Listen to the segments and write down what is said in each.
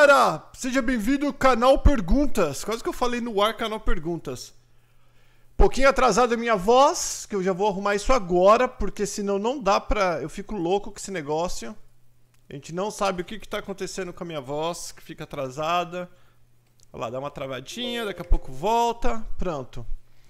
galera! Seja bem-vindo ao canal Perguntas. Quase que eu falei no ar, canal Perguntas. Pouquinho atrasado a minha voz, que eu já vou arrumar isso agora, porque senão não dá pra... Eu fico louco com esse negócio. A gente não sabe o que tá acontecendo com a minha voz, que fica atrasada. Olha lá, dá uma travadinha, daqui a pouco volta. Pronto.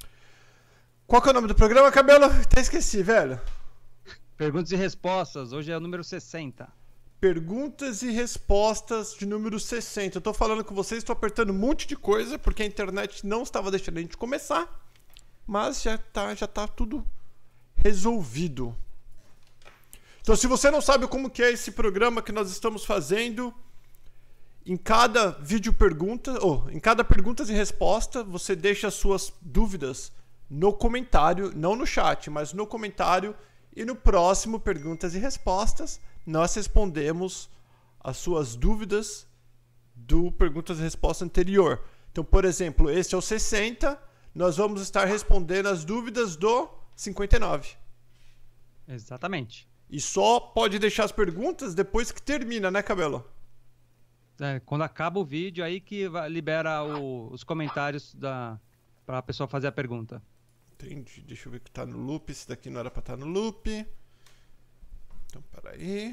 Qual que é o nome do programa, Cabelo? Até esqueci, velho. Perguntas e respostas. Hoje é o número 60. Perguntas e respostas de número 60. Eu tô falando com vocês, tô apertando um monte de coisa, porque a internet não estava deixando a gente começar. Mas já tá tudo resolvido. Então, se você não sabe como que é esse programa que nós estamos fazendo, em cada vídeo pergunta, em cada perguntas e resposta, você deixa as suas dúvidas no comentário, não no chat, mas no comentário, e no próximo perguntas e respostas, nós respondemos as suas dúvidas do perguntas e respostas anterior. Então, por exemplo, este é o 60, nós vamos estar respondendo as dúvidas do 59. Exatamente. E só pode deixar as perguntas depois que termina, né, Cabelo? Quando acaba o vídeo, aí que libera os comentários para a pessoa fazer a pergunta. Entendi. Deixa eu ver que tá no loop. Esse daqui não era pra estar no loop. Então, peraí.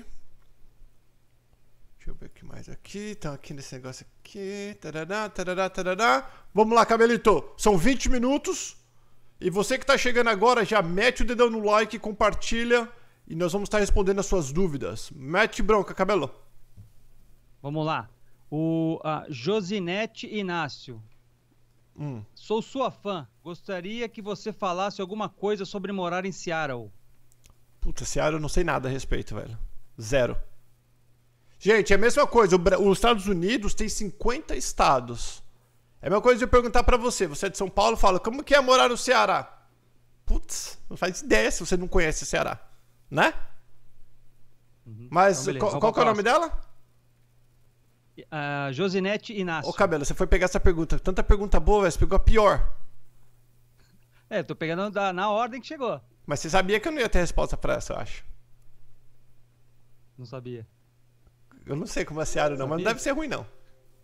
Deixa eu ver o que mais aqui. Então, aqui nesse negócio aqui. Tarará, tarará, tarará. Vamos lá, Cabelito. São 20 minutos. E você que tá chegando agora, já mete o dedão no like, compartilha. E nós vamos estar respondendo as suas dúvidas. Mete bronca, Cabelo. Vamos lá. O Josinete Inácio. Sou sua fã. Gostaria que você falasse alguma coisa sobre morar em Seattle. Puta, Seattle eu não sei nada a respeito, velho. Zero. Gente, é a mesma coisa. Os Estados Unidos tem 50 estados. É a mesma coisa de eu perguntar pra você. Você é de São Paulo, fala, como que é morar no Ceará? Putz, não faz ideia se você não conhece o Ceará. Né? Mas então, qual que é o nome dela? Josinete Inácio. Ô, Cabelo, você foi pegar essa pergunta. Tanta pergunta boa, velho, você pegou a pior. Tô pegando na ordem que chegou. Mas você sabia que eu não ia ter resposta pra essa, eu acho. Não sabia. Eu não sei como é Seattle, não, mas não deve ser ruim, não.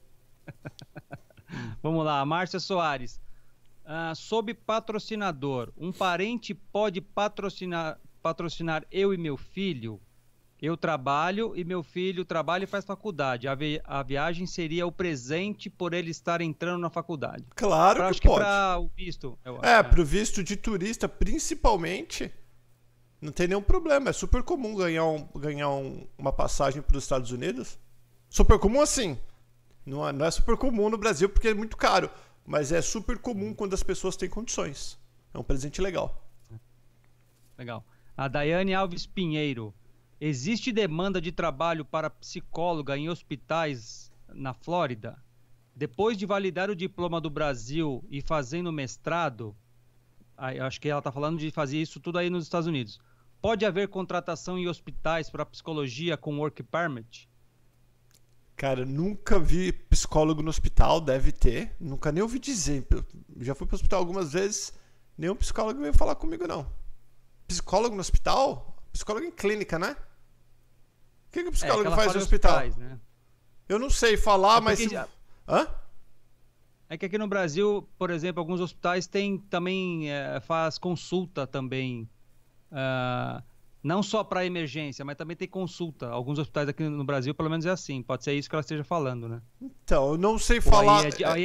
Vamos lá, Márcia Soares. Sob patrocinador, um parente pode patrocinar eu e meu filho? Eu trabalho e meu filho trabalha e faz faculdade. A viagem seria o presente por ele estar entrando na faculdade. Claro acho que pode. Para o visto. Para o visto de turista, principalmente, não tem nenhum problema. É super comum ganhar uma passagem para os Estados Unidos. Super comum assim. Não é super comum no Brasil porque é muito caro. Mas é super comum quando as pessoas têm condições. É um presente legal. Legal. A Daiane Alves Pinheiro. Existe demanda de trabalho para psicóloga em hospitais na Flórida? Depois de validar o diploma do Brasil e fazendo mestrado, acho que ela está falando de fazer isso tudo aí nos Estados Unidos. Pode haver contratação em hospitais para psicologia com work permit? Cara, nunca vi psicólogo no hospital, deve ter. Nunca nem ouvi dizer. Já fui para o hospital algumas vezes, nenhum psicólogo veio falar comigo, não. Psicólogo no hospital? Psicólogo em clínica, né? O que o psicólogo faz no hospital? Né? Eu não sei falar, mas... Hã? É que aqui no Brasil, por exemplo, alguns hospitais faz consulta também. Não só para emergência, mas também tem consulta. Alguns hospitais aqui no Brasil, pelo menos é assim. Pode ser isso que ela esteja falando, né? Então, eu não sei falar...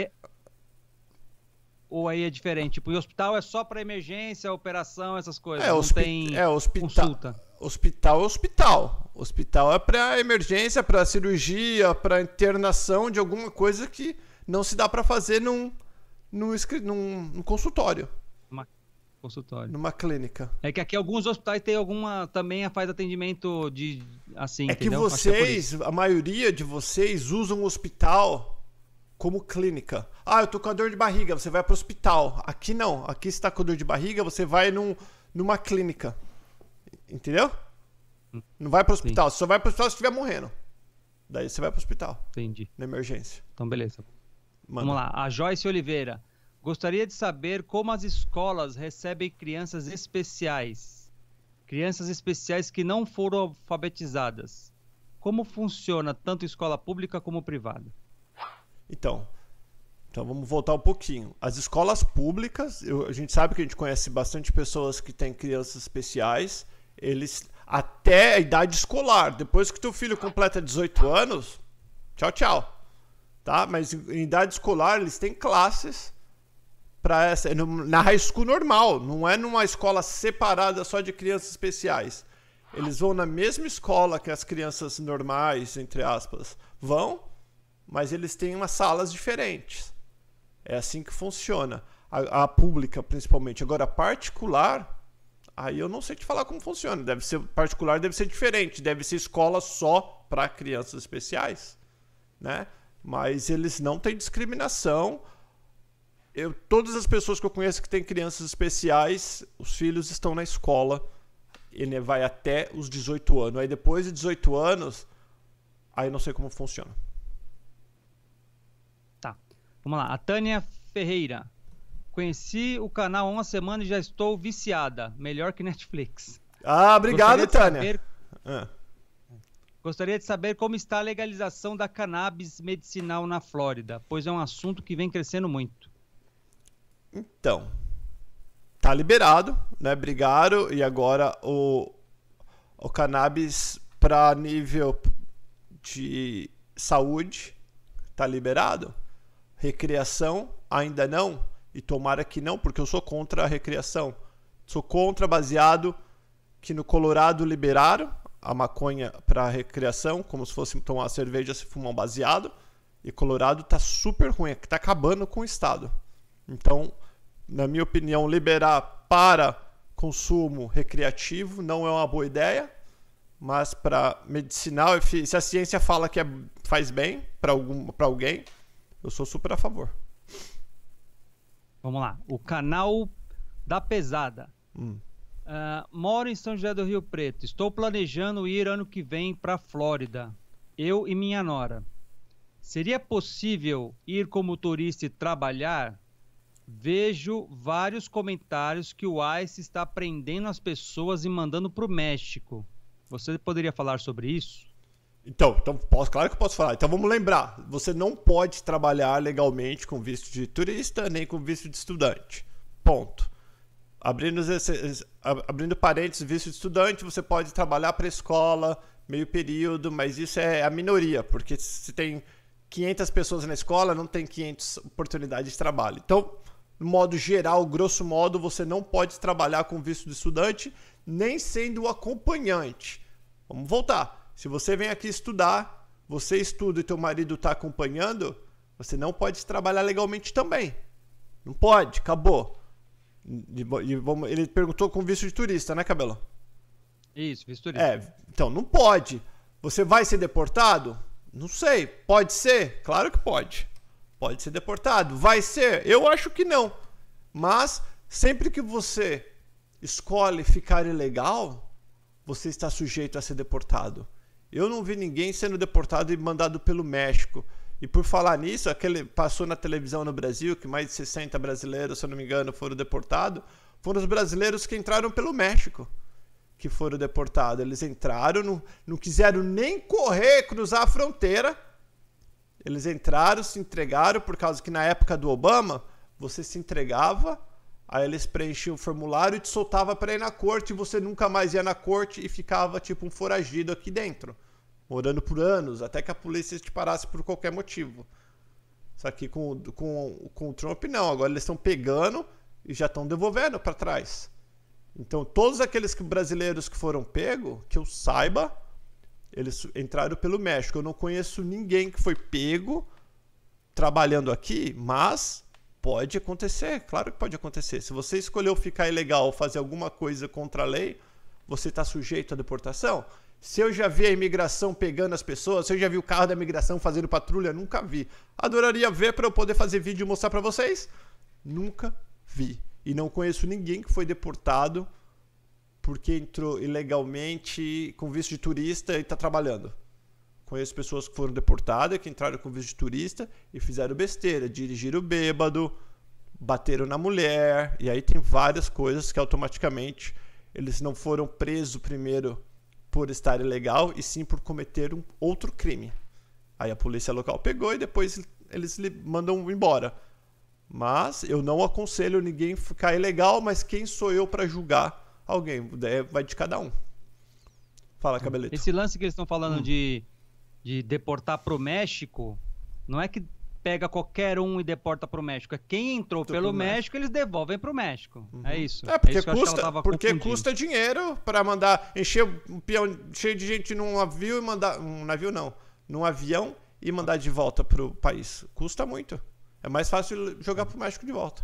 Ou aí é diferente. Tipo, o hospital é só para emergência, operação, essas coisas. Consulta. Hospital é hospital. Hospital é para emergência, para cirurgia, para internação de alguma coisa que não se dá para fazer num consultório. Consultório. Numa clínica. É que aqui alguns hospitais também faz atendimento de assim, entendeu? Que vocês, a maioria de vocês usam o hospital como clínica. Eu tô com a dor de barriga, você vai pro hospital. Aqui não. Aqui você tá com dor de barriga, você vai numa clínica. Entendeu? Não vai pro hospital. Você só vai pro hospital se estiver morrendo. Daí você vai pro hospital. Entendi. Na emergência. Então, beleza. Vamos lá. A Joyce Oliveira. Gostaria de saber como as escolas recebem crianças especiais. Crianças especiais que não foram alfabetizadas. Como funciona tanto escola pública como privada? Então vamos voltar um pouquinho. As escolas públicas, a gente sabe que a gente conhece bastante pessoas que têm crianças especiais, eles até a idade escolar, depois que teu filho completa 18 anos, tchau. Tá? Mas em idade escolar eles têm classes para essa, na high school normal, não é numa escola separada só de crianças especiais. Eles vão na mesma escola que as crianças normais, entre aspas, vão, mas eles têm umas salas diferentes. É assim que funciona. A pública, principalmente. Agora, a particular, aí eu não sei te falar como funciona. Deve ser particular, deve ser diferente. Deve ser escola só para crianças especiais, né? Mas eles não têm discriminação. Todas as pessoas que eu conheço que têm crianças especiais, os filhos estão na escola. Ele vai até os 18 anos. Aí depois de 18 anos, aí não sei como funciona. Tá. Vamos lá. A Tânia Ferreira. Conheci o canal há uma semana e já estou viciada. Melhor que Netflix. Ah, obrigado, Tânia. Gostaria de saber como está a legalização da cannabis medicinal na Flórida, pois é um assunto que vem crescendo muito. Então, tá liberado, né? Brigaram e agora o cannabis para nível de saúde tá liberado. Recreação ainda não, e tomara que não, porque eu sou contra a recreação. Sou contra baseado que no Colorado liberaram a maconha para recreação, como se fosse tomar uma cerveja se fumar um baseado, e Colorado tá super ruim, tá acabando com o estado. Então, na minha opinião, liberar para consumo recreativo não é uma boa ideia, mas para medicinal, se a ciência fala que faz bem para alguém, eu sou super a favor. Vamos lá. O canal da pesada. Moro em São José do Rio Preto. Estou planejando ir ano que vem para Flórida. Eu e minha nora. Seria possível ir como turista e trabalhar? Vejo vários comentários que o ICE está prendendo as pessoas e mandando para o México. Você poderia falar sobre isso? Então claro que eu posso falar. Então vamos lembrar, você não pode trabalhar legalmente com visto de turista nem com visto de estudante. Ponto. Abrindo parênteses, visto de estudante, você pode trabalhar para a escola, meio período, mas isso é a minoria, porque se tem 500 pessoas na escola, não tem 500 oportunidades de trabalho. Então, no modo geral, grosso modo, você não pode trabalhar com visto de estudante, nem sendo acompanhante. Vamos voltar. Se você vem aqui estudar, você estuda e teu marido está acompanhando, você não pode trabalhar legalmente também. Não pode, acabou. Ele perguntou com visto de turista, né, Cabelo? Isso, visto de turista. Então, não pode. Você vai ser deportado? Não sei. Pode ser? Claro que pode. Pode ser deportado. Vai ser? Eu acho que não. Mas, sempre que você escolhe ficar ilegal, você está sujeito a ser deportado. Eu não vi ninguém sendo deportado e mandado pelo México. E por falar nisso, passou na televisão no Brasil que mais de 60 brasileiros, se eu não me engano, foram deportados. Foram os brasileiros que entraram pelo México que foram deportados. Eles entraram, não quiseram nem correr, cruzar a fronteira. Eles entraram, se entregaram, por causa que na época do Obama, você se entregava, aí eles preenchiam o formulário e te soltava para ir na corte, e você nunca mais ia na corte e ficava tipo um foragido aqui dentro, morando por anos, até que a polícia te parasse por qualquer motivo. Só que com o Trump não, agora eles estão pegando e já estão devolvendo para trás. Então todos aqueles brasileiros que foram pegos, que eu saiba, eles entraram pelo México. Eu não conheço ninguém que foi pego trabalhando aqui, mas pode acontecer, claro que pode acontecer. Se você escolheu ficar ilegal ou fazer alguma coisa contra a lei, você está sujeito à deportação. Se eu já vi a imigração pegando as pessoas, se eu já vi o carro da imigração fazendo patrulha, nunca vi. Adoraria ver para eu poder fazer vídeo e mostrar para vocês. Nunca vi. E não conheço ninguém que foi deportado porque entrou ilegalmente com visto de turista e está trabalhando. Conheço pessoas que foram deportadas, que entraram com visto de turista e fizeram besteira. Dirigiram bêbado, bateram na mulher. E aí tem várias coisas que automaticamente eles não foram presos primeiro por estar ilegal, e sim por cometer um outro crime. Aí a polícia local pegou e depois eles mandam embora. Mas eu não aconselho ninguém ficar ilegal, mas quem sou eu para julgar alguém? Vai de cada um. Fala, Cabelito. Esse lance que eles estão falando de deportar pro México, não é que pega qualquer um e deporta pro México. É quem entrou pelo México, eles devolvem pro México. É isso. Porque, porque custa dinheiro para mandar encher um peão cheio de gente num navio e mandar. Num avião e mandar de volta pro país. Custa muito. É mais fácil jogar pro México de volta.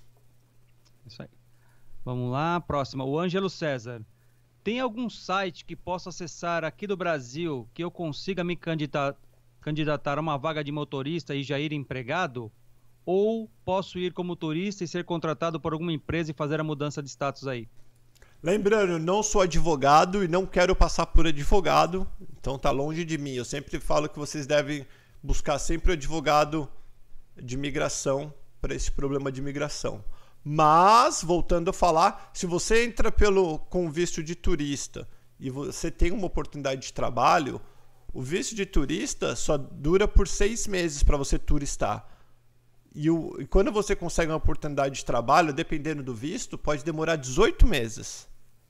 Isso aí. Vamos lá, próxima. O Ângelo César. Tem algum site que possa acessar aqui do Brasil que eu consiga me candidatar a uma vaga de motorista e já ir empregado? Ou posso ir como turista e ser contratado por alguma empresa e fazer a mudança de status aí? Lembrando, não sou advogado e não quero passar por advogado, então tá longe de mim. Eu sempre falo que vocês devem buscar sempre o advogado de imigração para esse problema de imigração. Mas, voltando a falar, se você entra com visto de turista e você tem uma oportunidade de trabalho, o visto de turista só dura por 6 meses para você turistar. E quando você consegue uma oportunidade de trabalho, dependendo do visto, pode demorar 18 meses.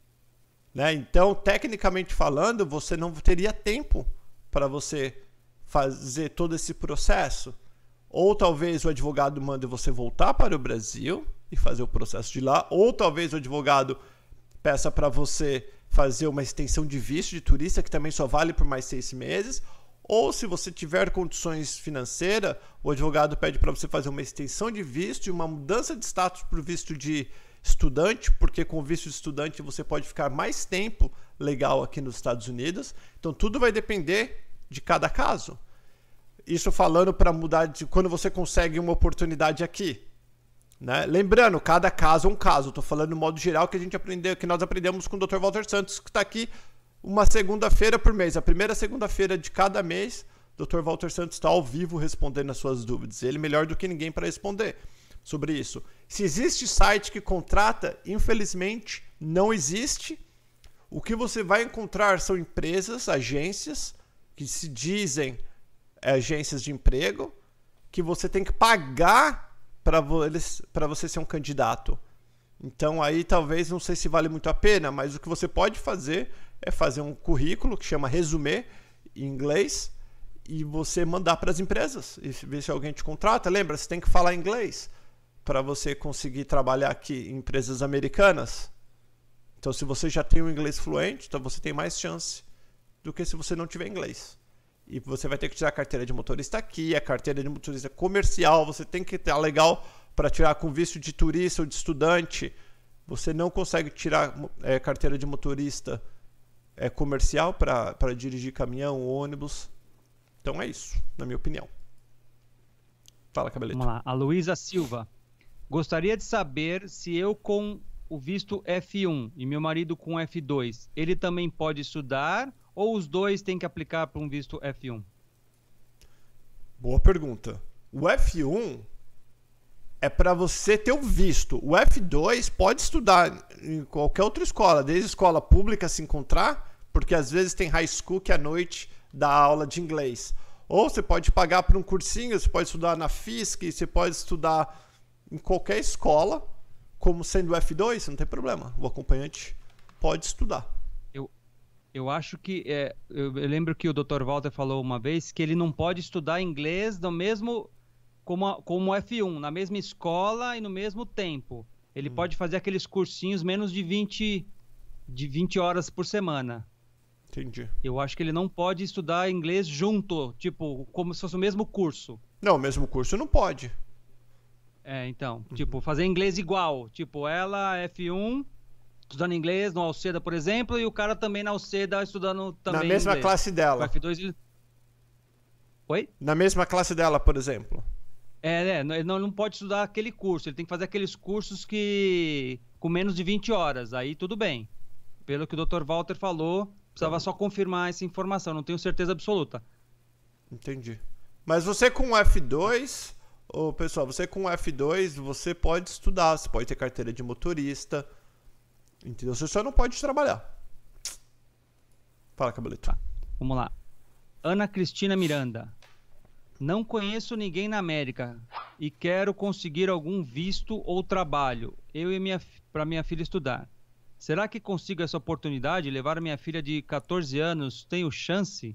Né? Então, tecnicamente falando, você não teria tempo para você fazer todo esse processo. Ou talvez o advogado mande você voltar para o Brasil e fazer o processo de lá, ou talvez o advogado peça para você fazer uma extensão de visto de turista, que também só vale por mais 6 meses, ou se você tiver condições financeiras, o advogado pede para você fazer uma extensão de visto e uma mudança de status para o visto de estudante, porque com o visto de estudante você pode ficar mais tempo legal aqui nos Estados Unidos. Então tudo vai depender de cada caso. Isso falando para mudar de quando você consegue uma oportunidade aqui. Né? Lembrando, cada caso é um caso. Estou falando no modo geral que nós aprendemos com o Dr. Walter Santos, que está aqui uma segunda-feira por mês. A primeira segunda-feira de cada mês, o Dr. Walter Santos está ao vivo respondendo as suas dúvidas. Ele melhor do que ninguém para responder sobre isso. Se existe site que contrata, infelizmente não existe. O que você vai encontrar são empresas, agências, que se dizem agências de emprego, que você tem que pagar para você ser um candidato. Então aí talvez, não sei se vale muito a pena, mas o que você pode fazer é fazer um currículo que chama resumê em inglês e você mandar para as empresas e ver se alguém te contrata. Lembra, você tem que falar inglês para você conseguir trabalhar aqui em empresas americanas. Então se você já tem o inglês fluente, então você tem mais chance do que se você não tiver inglês. E você vai ter que tirar a carteira de motorista aqui, a carteira de motorista comercial, você tem que estar legal para tirar com visto de turista ou de estudante. Você não consegue tirar carteira de motorista comercial para dirigir caminhão, ônibus. Então é isso, na minha opinião. Fala, Cabelito. Vamos lá. A Luísa Silva. Gostaria de saber se eu com o visto F1 e meu marido com F2, ele também pode estudar ou os dois têm que aplicar para um visto F1? Boa pergunta. O F1 é para você ter o visto. O F2 pode estudar em qualquer outra escola, desde escola pública se encontrar, porque às vezes tem high school que à noite dá aula de inglês. Ou você pode pagar por um cursinho, você pode estudar na FISC, você pode estudar em qualquer escola, como sendo F2, não tem problema. O acompanhante pode estudar. Eu acho que... eu lembro que o Dr. Walter falou uma vez que ele não pode estudar inglês no mesmo... como o F1, na mesma escola e no mesmo tempo. Ele pode fazer aqueles cursinhos menos de 20 horas por semana. Entendi. Eu acho que ele não pode estudar inglês junto, tipo, como se fosse o mesmo curso. Não, o mesmo curso não pode. Então, tipo, fazer inglês igual. Tipo, ela, F1, estudando inglês no Alceda, por exemplo, e o cara também na Alceda estudando também inglês. Na mesma classe dela. O F2, ele... Oi? Na mesma classe dela, por exemplo. Ele não pode estudar aquele curso, ele tem que fazer aqueles cursos que com menos de 20 horas, aí tudo bem. Pelo que o Dr. Walter falou, precisava só confirmar essa informação, não tenho certeza absoluta. Entendi. Mas você com F2, pessoal, você com F2, você pode estudar, você pode ter carteira de motorista, entendeu? Você só não pode trabalhar. Fala, Cabelito. Tá, vamos lá. Ana Cristina Miranda. Não conheço ninguém na América e quero conseguir algum visto ou trabalho, para minha filha estudar. Será que consigo essa oportunidade? Levar minha filha de 14 anos? Tenho chance?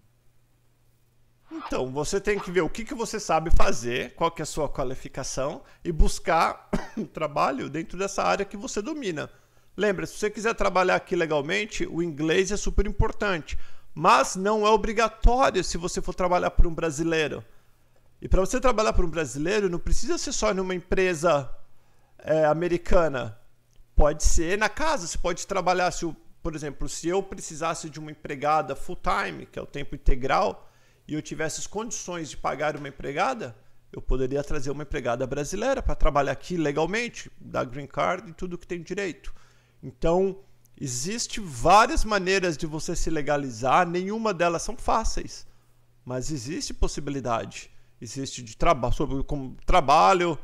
Então, você tem que ver o que você sabe fazer, qual que é a sua qualificação e buscar um trabalho dentro dessa área que você domina. Lembra, se você quiser trabalhar aqui legalmente, o inglês é super importante, mas não é obrigatório se você for trabalhar para um brasileiro. E para você trabalhar para um brasileiro, não precisa ser só numa empresa americana. Pode ser na casa, você pode trabalhar, por exemplo, se eu precisasse de uma empregada full-time, que é o tempo integral, e eu tivesse as condições de pagar uma empregada, eu poderia trazer uma empregada brasileira para trabalhar aqui legalmente, dar green card e tudo que tem direito. Então, existem várias maneiras de você se legalizar, nenhuma delas são fáceis, mas existe possibilidade. Existe de como trabalho,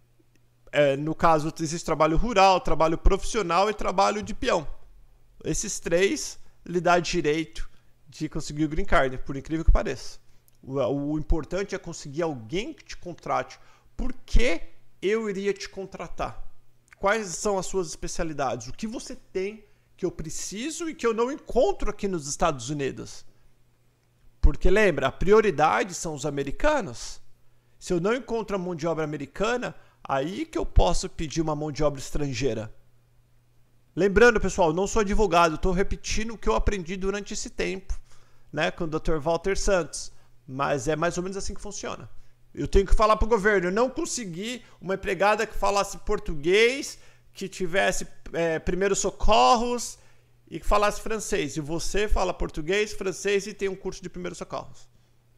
no caso, existe trabalho rural, trabalho profissional e trabalho de peão. Esses três lhe dá direito de conseguir o green card, por incrível que pareça. O importante é conseguir alguém que te contrate. Por que eu iria te contratar? Quais são as suas especialidades? O que você tem que eu preciso e que eu não encontro aqui nos Estados Unidos? Porque lembra, a prioridade são os americanos. Se eu não encontro a mão de obra americana, aí que eu posso pedir uma mão de obra estrangeira. Lembrando, pessoal, eu não sou advogado, estou repetindo o que eu aprendi durante esse tempo, né, com o Dr. Walter Santos. Mas é mais ou menos assim que funciona. Eu tenho que falar para o governo, eu não consegui uma empregada que falasse português, que tivesse primeiros socorros e que falasse francês. E você fala português, francês e tem um curso de primeiros socorros.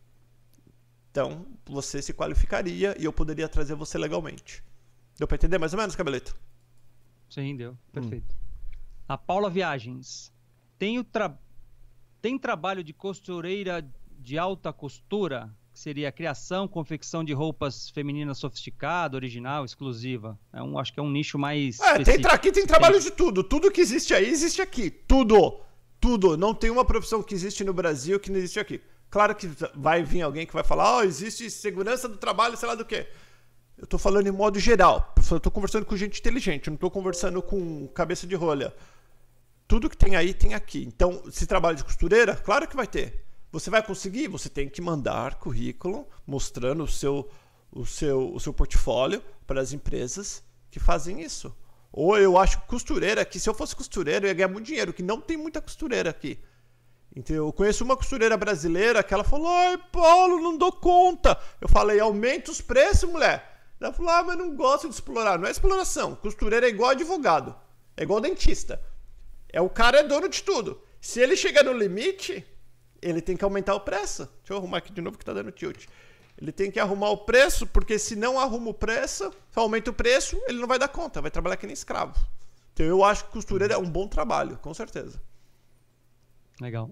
Então, você se qualificaria e eu poderia trazer você legalmente. Deu para entender mais ou menos, Cabelito? Sim, deu. Perfeito. A Paula Viagens. Tem trabalho de costureira de alta costura, que seria a criação, confecção de roupas femininas sofisticada, original, exclusiva. Acho que é um nicho mais específico. Aqui tem trabalho de tudo. Tudo que existe aí, existe aqui. Tudo. Tudo. Não tem uma profissão que existe no Brasil que não existe aqui. Claro que vai vir alguém que vai falar, existe segurança do trabalho, sei lá do quê. Eu tô falando em modo geral. Eu tô conversando com gente inteligente, eu não tô conversando com cabeça de rolha. Tudo que tem aí, tem aqui. Então, se trabalha de costureira, claro que vai ter. Você vai conseguir? Você tem que mandar currículo mostrando o seu portfólio para as empresas que fazem isso. Ou eu acho costureira aqui, se eu fosse costureira, eu ia ganhar muito dinheiro, que não tem muita costureira aqui. Então, eu conheço uma costureira brasileira que ela falou, ai, Paulo, não dou conta. Eu falei, aumenta os preços, mulher. Ela falou, mas não gosto de explorar. Não é exploração. Costureira é igual advogado. É igual dentista. O cara é dono de tudo. Se ele chegar no limite, ele tem que aumentar o preço. Deixa eu arrumar aqui de novo que tá dando tilt. Ele tem que arrumar o preço, porque se não arruma o preço, se aumenta o preço, ele não vai dar conta. Vai trabalhar que nem escravo. Então, eu acho que costureira é um bom trabalho, com certeza. Legal.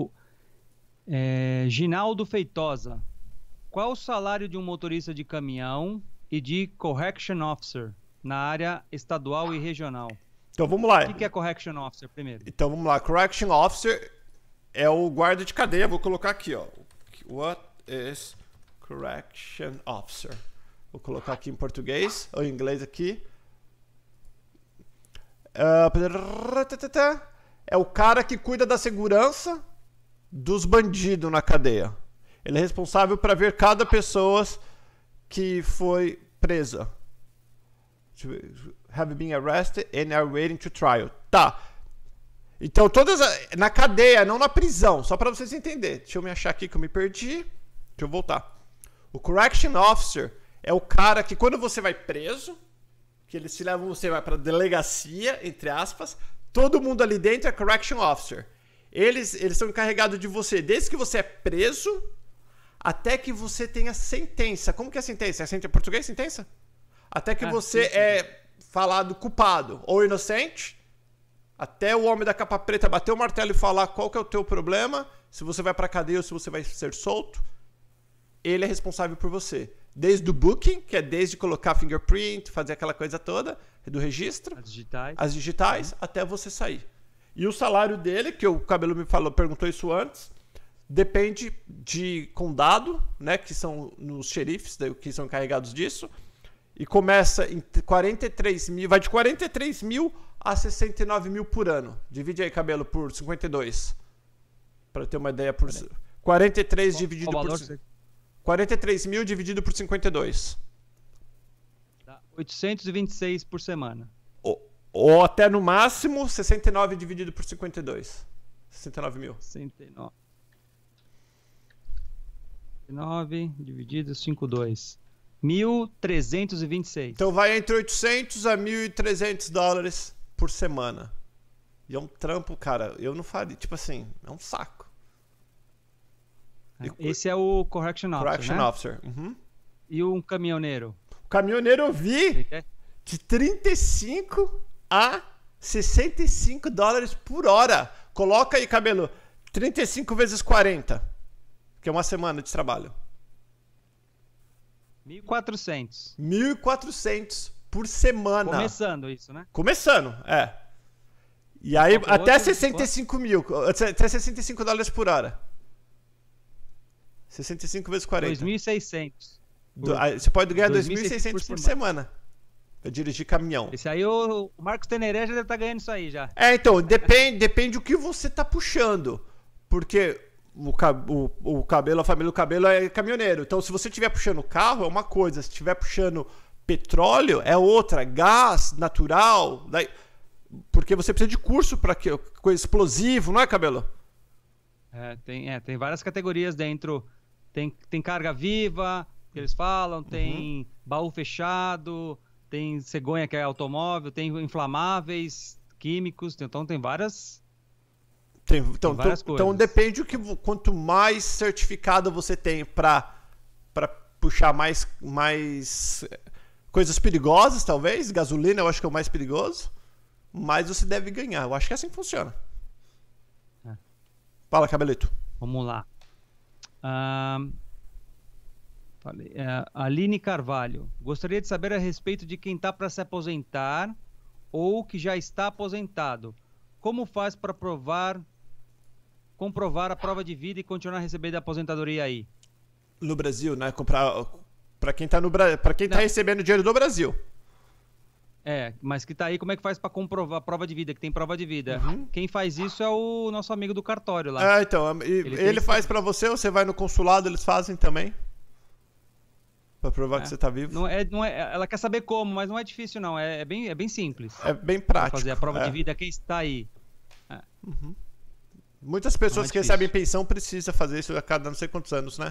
Ginaldo Feitosa. Qual o salário de um motorista de caminhão e de Correction Officer na área estadual e regional? Então vamos lá. O que é Correction Officer primeiro? Então vamos lá. Correction Officer é o guarda de cadeia. Vou colocar aqui, ó. What is Correction Officer? Vou colocar aqui em português ou em inglês aqui. É o cara que cuida da segurança dos bandidos na cadeia. Ele é responsável para ver cada pessoa que foi presa. Have been arrested and are waiting to trial. Tá. Então, todas na cadeia, não na prisão. Só para vocês entenderem. Deixa eu me achar aqui que eu me perdi. Deixa eu voltar. O Correction Officer é o cara que quando você vai preso, que eles te levam, você vai para delegacia, entre aspas, todo mundo ali dentro é Correction Officer. Eles são encarregados de você desde que você é preso até que você tenha sentença. Como que é sentença? É em português sentença? Até que você é falado culpado ou inocente, até o homem da capa preta bater o martelo e falar qual que é o teu problema, se você vai pra cadeia ou se você vai ser solto, ele é responsável por você. Desde o booking, que é desde colocar fingerprint, fazer aquela coisa toda, do registro, as digitais, até você sair. E o salário dele, que o Cabelo me falou, perguntou isso antes, Depende de condado, né? Que são nos xerifes, que são encarregados disso. E começa em 43 mil, vai de 43 mil a 69 mil por ano. Divide aí, Cabelo, por 52. Para ter uma ideia, por 43 dividido por 43 mil dividido por 52. Dá 826 por semana. Ou até no máximo 69 dividido por 52. 69 mil. 69. 9 dividido 52. 1.326. Então vai entre 800 a 1.300 dólares por semana. E é um trampo, cara. Eu não faria. Tipo assim, é um saco. Esse é o Correction Officer, Correction né? Officer. Uhum. E um caminhoneiro? O caminhoneiro eu vi de 35 a 65 dólares por hora. Coloca aí, Cabelo. 35 vezes 40. Que é uma semana de trabalho. 1.400. 1.400 por semana. Começando isso, né? Começando, é. E aí, até outro, 65 mil. Até 65 dólares por hora. 65 vezes 40. 2.600. Você pode ganhar 2.600 por semana. Pra dirigir caminhão. Esse aí, o Marcos Teneré já deve estar ganhando isso aí já. É, então, depende do que você tá puxando. Porque o Cabelo, a família do Cabelo é caminhoneiro. Então, se você estiver puxando carro, é uma coisa. Se estiver puxando petróleo, é outra. Gás, natural. Daí, porque você precisa de curso para coisa explosivo, não é, Cabelo? Tem várias categorias dentro. Tem carga viva, que eles falam. Tem baú fechado. Tem cegonha, que é automóvel. Tem inflamáveis, químicos. Então, tem várias... Então depende quanto mais certificado você tem para puxar mais coisas perigosas, talvez. Gasolina eu acho que é o mais perigoso. Mais você deve ganhar. Eu acho que é assim que funciona. Fala, Cabelito. Vamos lá. Aline Carvalho. Gostaria de saber a respeito de quem está para se aposentar ou que já está aposentado. Como faz para comprovar a prova de vida e continuar recebendo a aposentadoria aí? No Brasil, né? Para quem tá recebendo dinheiro do Brasil. Mas que tá aí, como é que faz para comprovar a prova de vida? Que tem prova de vida. Quem faz isso é o nosso amigo do cartório lá. Então, ele faz para você, você vai no consulado, eles fazem também. Para provar que você tá vivo. Não é, ela quer saber como, mas não é difícil não, é bem simples. É bem prático. Fazer a prova de vida, quem está aí. Muitas pessoas que recebem pensão precisam fazer isso a cada não sei quantos anos, né?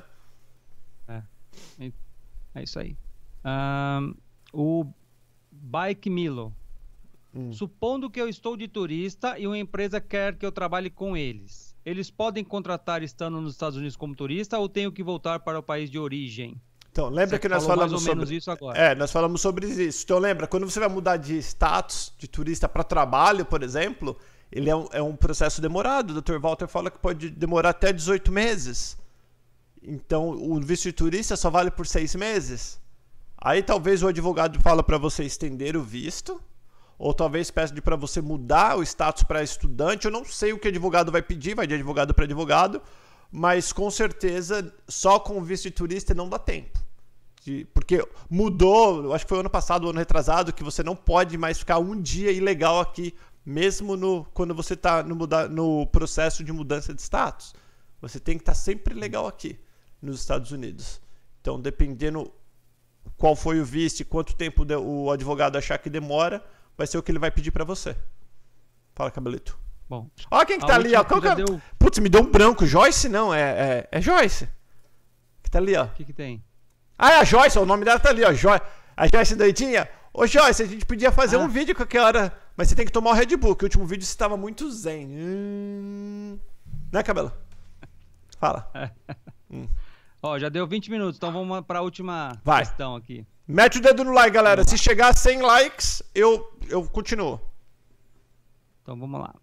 É isso aí. O Bike Milo. Supondo que eu estou de turista e uma empresa quer que eu trabalhe com eles. Eles podem contratar estando nos Estados Unidos como turista ou tenho que voltar para o país de origem? Então, lembra que nós falamos sobre isso agora. Nós falamos sobre isso. Então, lembra, quando você vai mudar de status de turista para trabalho, por exemplo, ele é um processo demorado. O Dr. Walter fala que pode demorar até 18 meses. Então, o visto de turista só vale por 6 meses. Aí, talvez o advogado fala para você estender o visto, ou talvez peça para você mudar o status para estudante. Eu não sei o que o advogado vai pedir, vai de advogado para advogado, mas com certeza só com o visto de turista não dá tempo. Porque mudou, acho que foi ano passado, ano retrasado, que você não pode mais ficar um dia ilegal aqui, mesmo quando você está no processo de mudança de status. Você tem que estar sempre legal aqui, nos Estados Unidos. Então, dependendo qual foi o visto e quanto tempo o advogado achar que demora, vai ser o que ele vai pedir para você. Fala, Cabelito. Bom. Olha quem que tá ali, ó. Putz, me deu um branco. Joyce? Não, é Joyce. Que tá ali, ó. O que tem? É a Joyce, o nome dela tá ali, ó. A Joyce doidinha. Ô, Joyce, a gente podia fazer um vídeo qualquer hora, mas você tem que tomar o Red Bull, que o último vídeo você tava muito zen. Né, Cabelo? Fala. Ó, já deu 20 minutos, então vamos para a última questão aqui. Mete o dedo no like, galera. Se chegar a 100 likes, eu continuo. Então vamos lá.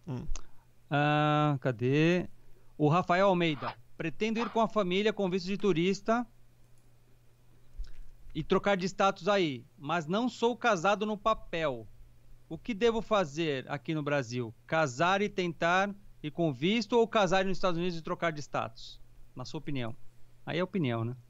Cadê? O Rafael Almeida. Pretendo ir com a família com visto de turista e trocar de status aí, mas não sou casado no papel. O que devo fazer aqui no Brasil? Casar e tentar ir com visto ou casar nos Estados Unidos e trocar de status? na sua opinião? Aí é opinião, né?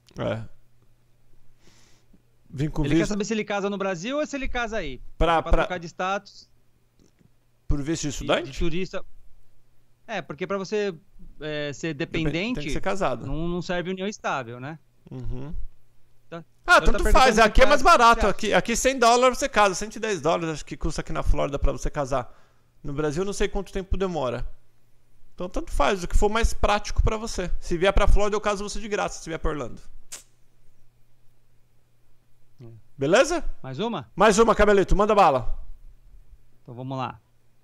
Vim com Ele visto... quer saber se ele casa no Brasil ou se ele casa aí. Pra trocar de status. Por visto de estudante? De turista. Porque pra você ser dependente, tem que ser casado. Não serve união estável, né? Uhum. Tá. Tanto faz. Aqui é mais barato. Aqui $100 você casa. $110 acho que custa aqui na Flórida pra você casar. No Brasil não sei quanto tempo demora. Então tanto faz. O que for mais prático pra você. Se vier pra Flórida eu caso você de graça. Se vier pra Orlando. Beleza? Mais uma? Mais uma, Cabelito. Manda bala. Então vamos lá.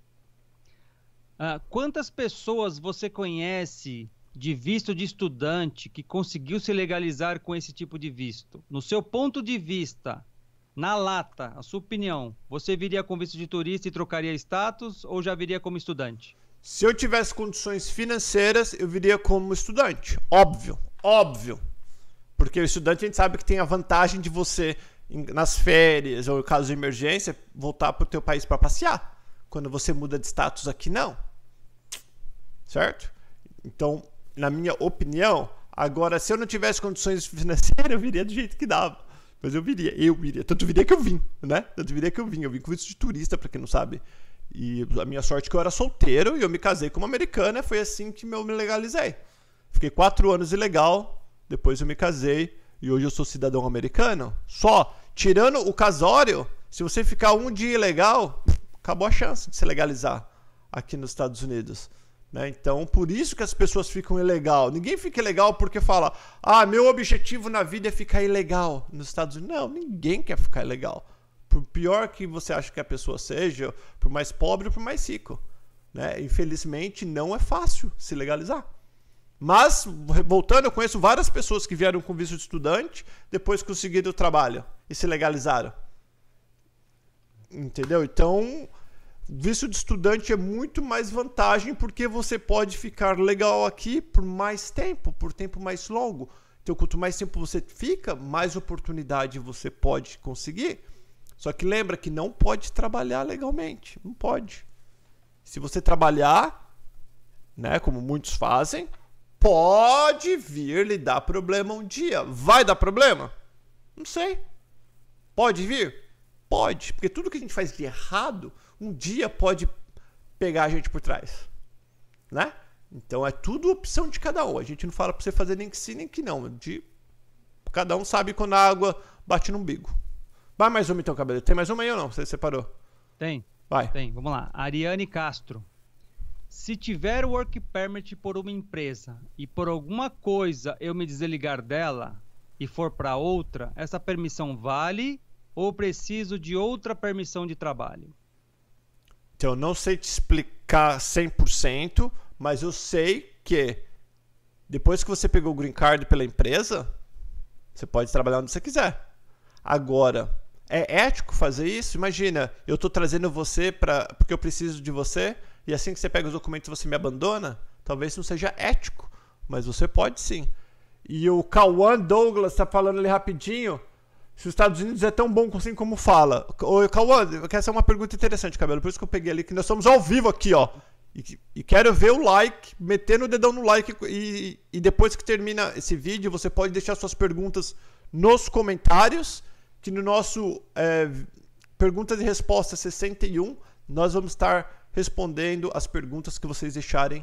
Quantas pessoas você conhece de visto de estudante que conseguiu se legalizar com esse tipo de visto? No seu ponto de vista, na lata, a sua opinião, você viria com visto de turista e trocaria status ou já viria como estudante? Se eu tivesse condições financeiras, eu viria como estudante. Óbvio. Porque o estudante a gente sabe que tem a vantagem de você, nas férias ou em caso de emergência, voltar para o teu país para passear. Quando você muda de status aqui, não. Certo? Então, na minha opinião, agora, se eu não tivesse condições financeiras, eu viria do jeito que dava. Mas eu viria. Tanto viria que eu vim, né? Eu vim com visto de turista, pra quem não sabe. E a minha sorte é que eu era solteiro e eu me casei com uma americana. Foi assim que eu me legalizei. Fiquei 4 anos ilegal, depois eu me casei e hoje eu sou cidadão americano. Só, tirando o casório, se você ficar um dia ilegal, acabou a chance de se legalizar aqui nos Estados Unidos. Né? Então, por isso que as pessoas ficam ilegal. Ninguém fica ilegal porque fala, meu objetivo na vida é ficar ilegal nos Estados Unidos. Não, ninguém quer ficar ilegal. Por pior que você acha que a pessoa seja, por mais pobre ou por mais rico. Né? Infelizmente, não é fácil se legalizar. Mas, voltando, eu conheço várias pessoas que vieram com visto de estudante, depois conseguiram o trabalho e se legalizaram. Entendeu? Então... visto de estudante é muito mais vantagem porque você pode ficar legal aqui por mais tempo, por tempo mais longo. Então, quanto mais tempo você fica, mais oportunidade você pode conseguir. Só que lembra que não pode trabalhar legalmente. Não pode. Se você trabalhar, né, como muitos fazem, pode vir lhe dar problema um dia. Vai dar problema? Não sei. Pode vir? Pode. Porque tudo que a gente faz de errado... um dia pode pegar a gente por trás, né? Então é tudo opção de cada um. A gente não fala pra você fazer nem que sim, nem que não. Cada um sabe quando a água bate no umbigo. Vai mais uma então, Cabelo. Tem mais uma aí ou não? Você separou? Tem. Vai. Tem, vamos lá. Ariane Castro. Se tiver work permit por uma empresa e por alguma coisa eu me desligar dela e for para outra, essa permissão vale ou preciso de outra permissão de trabalho? Então, eu não sei te explicar 100%, mas eu sei que depois que você pegou o green card pela empresa, você pode trabalhar onde você quiser. Agora, é ético fazer isso? Imagina, eu estou trazendo você porque eu preciso de você, e assim que você pega os documentos você me abandona? Talvez não seja ético, mas você pode sim. E o Kawan Douglas está falando ali rapidinho... se os Estados Unidos é tão bom assim como fala. Ô, Cauã, essa é uma pergunta interessante, Cabelo. Por isso que eu peguei ali, que nós estamos ao vivo aqui, ó. E quero ver o like, metendo o dedão no like. E depois que termina esse vídeo, você pode deixar suas perguntas nos comentários. Que no nosso Perguntas e Respostas 61, nós vamos estar respondendo as perguntas que vocês deixarem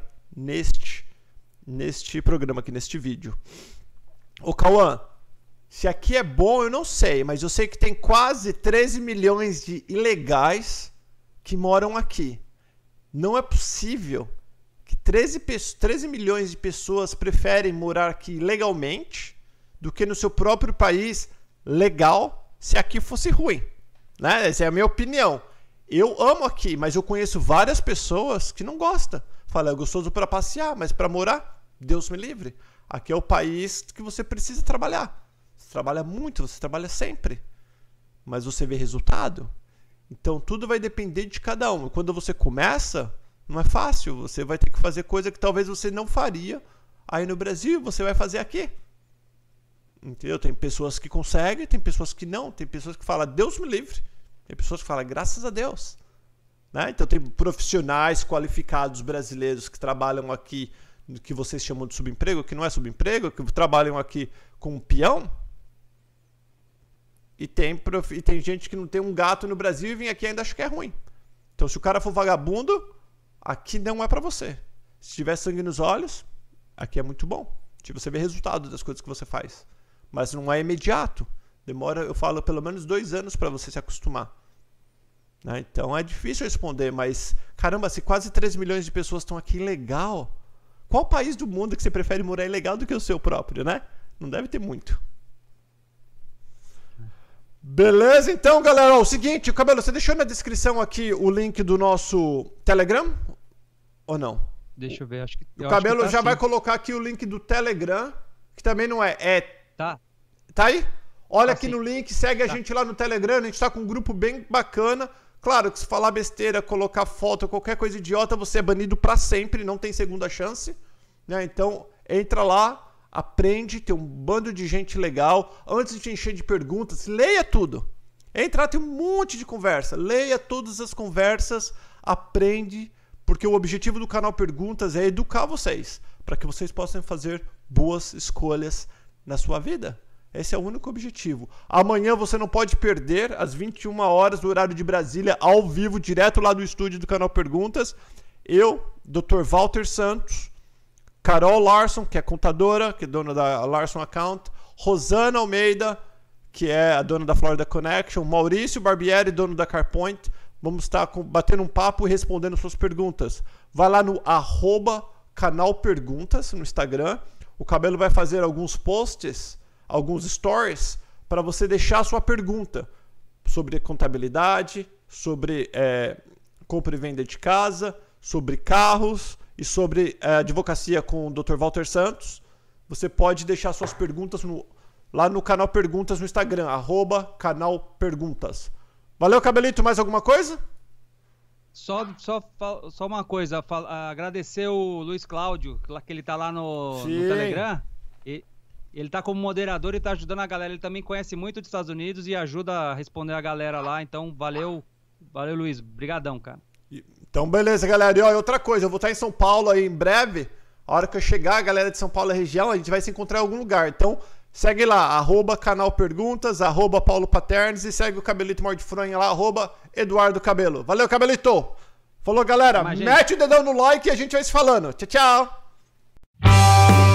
neste programa aqui, neste vídeo. Ô, Cauã, se aqui é bom, eu não sei, mas eu sei que tem quase 13 milhões de ilegais que moram aqui. Não é possível que 13 milhões de pessoas preferem morar aqui legalmente do que no seu próprio país legal, se aqui fosse ruim. Né? Essa é a minha opinião. Eu amo aqui, mas eu conheço várias pessoas que não gostam. Fala, é gostoso para passear, mas para morar, Deus me livre. Aqui é o país que você precisa trabalhar. Você trabalha muito, você trabalha sempre. Mas você vê resultado. Então tudo vai depender de cada um. Quando você começa, não é fácil. Você vai ter que fazer coisa que talvez você não faria aí no Brasil, você vai fazer aqui. Entendeu? Tem pessoas que conseguem, tem pessoas que não. Tem pessoas que falam, Deus me livre. Tem pessoas que falam, graças a Deus. Né? Então tem profissionais qualificados brasileiros que trabalham aqui que vocês chamam de subemprego, que não é subemprego, que trabalham aqui com um peão. E tem gente que não tem um gato no Brasil e vem aqui e ainda acha que é ruim. Então, se o cara for vagabundo, aqui não é pra você. Se tiver sangue nos olhos, aqui é muito bom. Se você vê resultado das coisas que você faz. Mas não é imediato. Demora, eu falo, pelo menos 2 anos para você se acostumar. Né? Então é difícil responder, mas caramba, se quase 3 milhões de pessoas estão aqui, legal. Qual país do mundo que você prefere morar ilegal do que o seu próprio, né? Não deve ter muito. Beleza, então, galera. Ó, o seguinte, Cabelo, você deixou na descrição aqui o link do nosso Telegram? Ou não? Deixa eu ver, acho que... O Cabelo já vai colocar aqui o link do Telegram, que também não é... Tá. Tá aí? Olha aqui no link, segue a gente lá no Telegram, a gente tá com um grupo bem bacana. Claro que se falar besteira, colocar foto, qualquer coisa idiota, você é banido pra sempre, não tem segunda chance. Né? Então, entra lá, aprende, tem um bando de gente legal. Antes de te encher de perguntas, leia tudo. Entra lá, tem um monte de conversa. Leia todas as conversas, aprende, porque o objetivo do canal Perguntas é educar vocês, para que vocês possam fazer boas escolhas na sua vida. Esse é o único objetivo. Amanhã você não pode perder, às 21 horas do horário de Brasília, ao vivo, direto lá do estúdio do canal Perguntas. Eu, Dr. Walter Santos, Carol Larson, que é contadora, que é dona da Larson Account, Rosana Almeida, que é a dona da Florida Connection, Maurício Barbieri, dono da CarPoint. Vamos estar batendo um papo e respondendo suas perguntas. Vai lá no @canal Perguntas no Instagram. O Cabelo vai fazer alguns posts, alguns stories, para você deixar a sua pergunta sobre contabilidade, sobre compra e venda de casa, sobre carros e sobre advocacia com o Dr. Walter Santos. Você pode deixar suas perguntas lá no canal Perguntas no Instagram, @canal Perguntas. Valeu, Cabelito, mais alguma coisa? Só uma coisa, agradecer o Luiz Cláudio, que ele tá lá no Telegram. Ele tá como moderador e tá ajudando a galera. Ele também conhece muito dos Estados Unidos e ajuda a responder a galera lá. Então, valeu, Luiz. Brigadão, cara. Então, beleza, galera. E ó, outra coisa, eu vou estar em São Paulo aí em breve. A hora que eu chegar, a galera de São Paulo e região, a gente vai se encontrar em algum lugar. Então, segue lá, @canal Perguntas, @Paulo Paternes e segue o Cabelito Mordifronha lá, @Eduardo Cabelo. Valeu, Cabelito! Falou, galera. Mete o dedão no like e a gente vai se falando. Tchau, tchau!